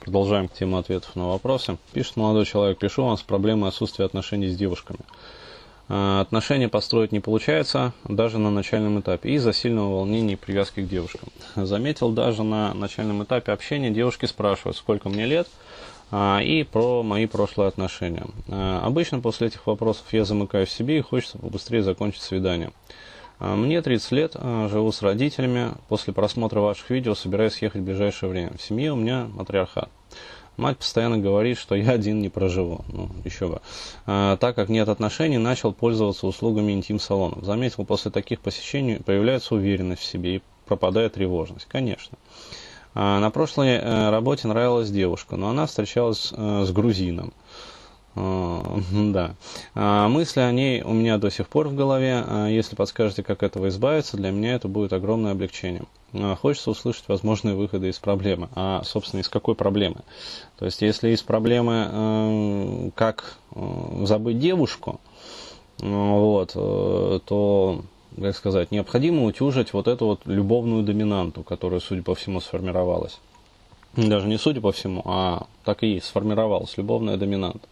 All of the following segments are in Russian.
Продолжаем тему ответов на вопросы. Пишет молодой человек: пишу вам с проблемой отсутствия отношений с девушками. Отношения построить не получается даже на начальном этапе из-за сильного волнения и привязки к девушкам. Заметил, даже на начальном этапе общения девушки спрашивают, сколько мне лет, и про мои прошлые отношения. Обычно после этих вопросов я замыкаюсь в себе и хочется побыстрее закончить свидание. Мне 30 лет, живу с родителями. После просмотра ваших видео собираюсь ехать в ближайшее время. В семье у меня матриархат. Мать постоянно говорит, что я один не проживу. Ну, еще бы. Так как нет отношений, начал пользоваться услугами интим-салонов. Заметил, после таких посещений появляется уверенность в себе и пропадает тревожность. Конечно. На прошлой работе нравилась девушка, но она встречалась с грузином. Да. Мысли о ней у меня до сих пор в голове. Если подскажете, как от этого избавиться, для меня это будет огромное облегчение. Хочется услышать возможные выходы из проблемы. Собственно, из какой проблемы? То есть, если из проблемы, как забыть девушку, вот, то, как сказать, необходимо утюжить вот эту вот любовную доминанту, которая, судя по всему, сформировалась. Даже не судя по всему, а так и есть, сформировалась любовная доминанта.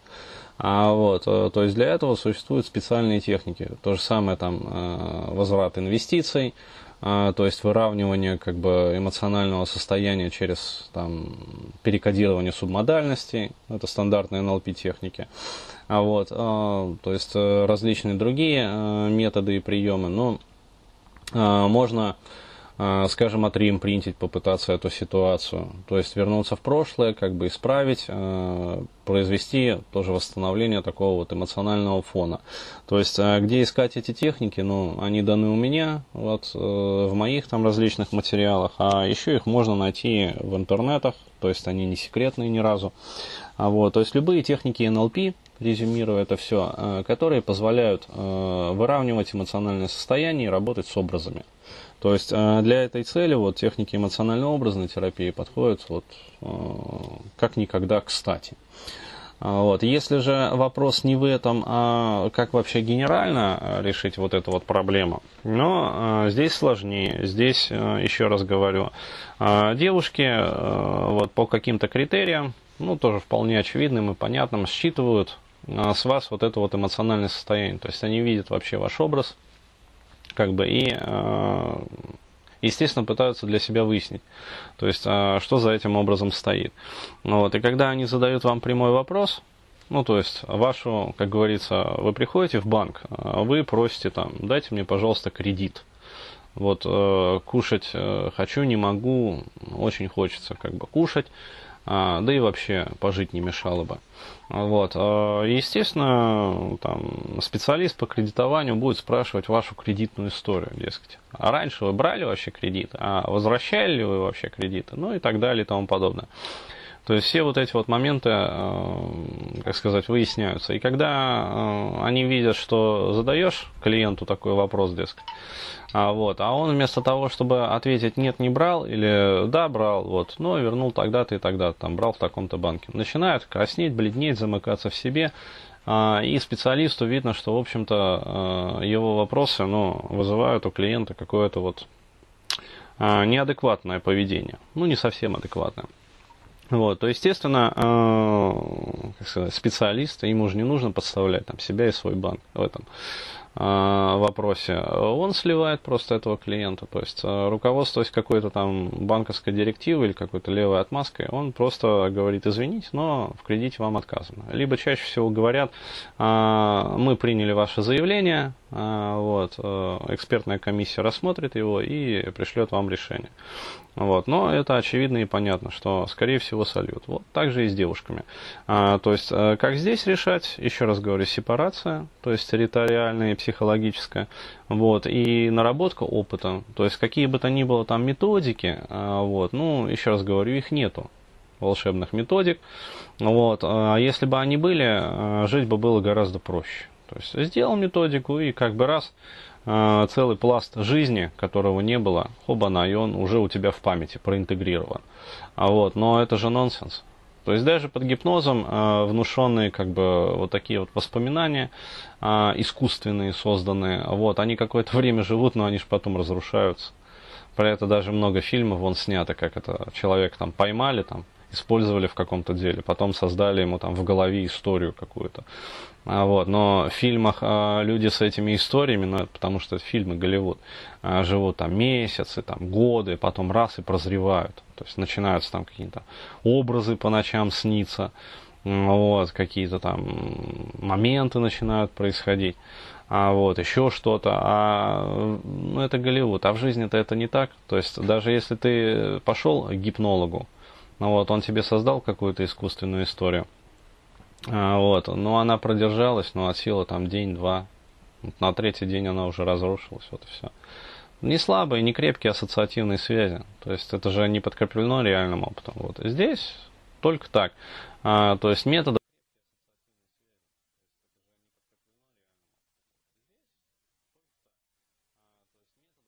То есть для этого существуют специальные техники. То же самое там возврат инвестиций, то есть выравнивание как бы эмоционального состояния через там, перекодирование субмодальностей. Это стандартные НЛП техники. То есть различные другие методы и приемы. Но можно, скажем, отреимпринтить, попытаться эту ситуацию. То есть вернуться в прошлое, как бы исправить, произвести тоже восстановление такого вот эмоционального фона. То есть где искать эти техники? Ну, они даны у меня, вот, в моих там различных материалах, а еще их можно найти в интернетах, то есть они не секретные ни разу. То есть любые техники НЛП, резюмируя это все, которые позволяют выравнивать эмоциональное состояние и работать с образами. То есть для этой цели вот техники эмоционально-образной терапии подходят вот как никогда кстати. Если же вопрос не в этом, а как вообще генерально решить вот эту вот проблему, но здесь сложнее. Здесь, еще раз говорю, девушки вот по каким-то критериям, ну тоже вполне очевидным и понятным, считывают с вас вот это вот эмоциональное состояние. То есть они видят вообще ваш образ, как бы, и, естественно, пытаются для себя выяснить, то есть, что за этим образом стоит. И когда они задают вам прямой вопрос, ну, то есть, вашу, как говорится, вы приходите в банк, вы просите там, дайте мне, пожалуйста, кредит. Кушать хочу, не могу, очень хочется, как бы, кушать, да и вообще пожить не мешало бы. Естественно, там, специалист по кредитованию будет спрашивать вашу кредитную историю, дескать. А раньше вы брали вообще кредиты? А возвращали ли вы вообще кредиты? Ну и так далее и тому подобное. То есть все вот эти вот моменты, как сказать, выясняются. И когда они видят, что задаешь клиенту такой вопрос, дескать, а он вместо того, чтобы ответить «нет, не брал» или «да, брал», но вернул тогда-то и тогда-то, там, брал в таком-то банке, начинают краснеть, бледнеть, замыкаться в себе, и специалисту видно, что, в общем-то, его вопросы, вызывают у клиента какое-то вот неадекватное поведение, не совсем адекватное. То, естественно, как сказать, специалист, ему же не нужно подставлять там, себя и свой банк в этом вопросе. Он сливает просто этого клиента. То есть, руководствуясь какой-то там банковской директивой или какой-то левой отмазкой, он просто говорит: извините, но в кредите вам отказано. Либо чаще всего говорят: мы приняли ваше заявление, экспертная комиссия рассмотрит его и пришлет вам решение. Но это очевидно и понятно, что, скорее всего, сольют. Так же и с девушками. То есть, как здесь решать? Еще раз говорю, сепарация, то есть территориальная и психологическая, и наработка опыта. То есть, какие бы то ни было там методики, еще раз говорю, их нету, волшебных методик. А если бы они были, жить бы было гораздо проще. То есть, сделал методику и как бы раз... целый пласт жизни, которого не было, хобана, и он уже у тебя в памяти проинтегрирован. Но это же нонсенс. То есть даже под гипнозом внушенные как бы вот такие вот воспоминания, искусственные, созданные, они какое-то время живут, но они же потом разрушаются. Про это даже много фильмов снято, как это человека там поймали, там использовали в каком-то деле, потом создали ему там в голове историю какую-то. Вот. Но в фильмах люди с этими историями, ну, это потому что это фильмы Голливуд, живут там месяцы, там, годы, потом раз и прозревают. То есть начинаются там какие-то образы по ночам сниться, вот, какие-то там моменты начинают происходить, вот, еще что-то. Ну, это Голливуд, а в жизни-то это не так. То есть даже если ты пошел к гипнологу, ну, вот, он тебе создал какую-то искусственную историю, вот, но она продержалась, но от силы там день-два, на 3-й день она уже разрушилась, вот и все. Не слабые, не крепкие ассоциативные связи, то есть это же не подкреплено реальным опытом. Вот. Здесь только так. То есть методы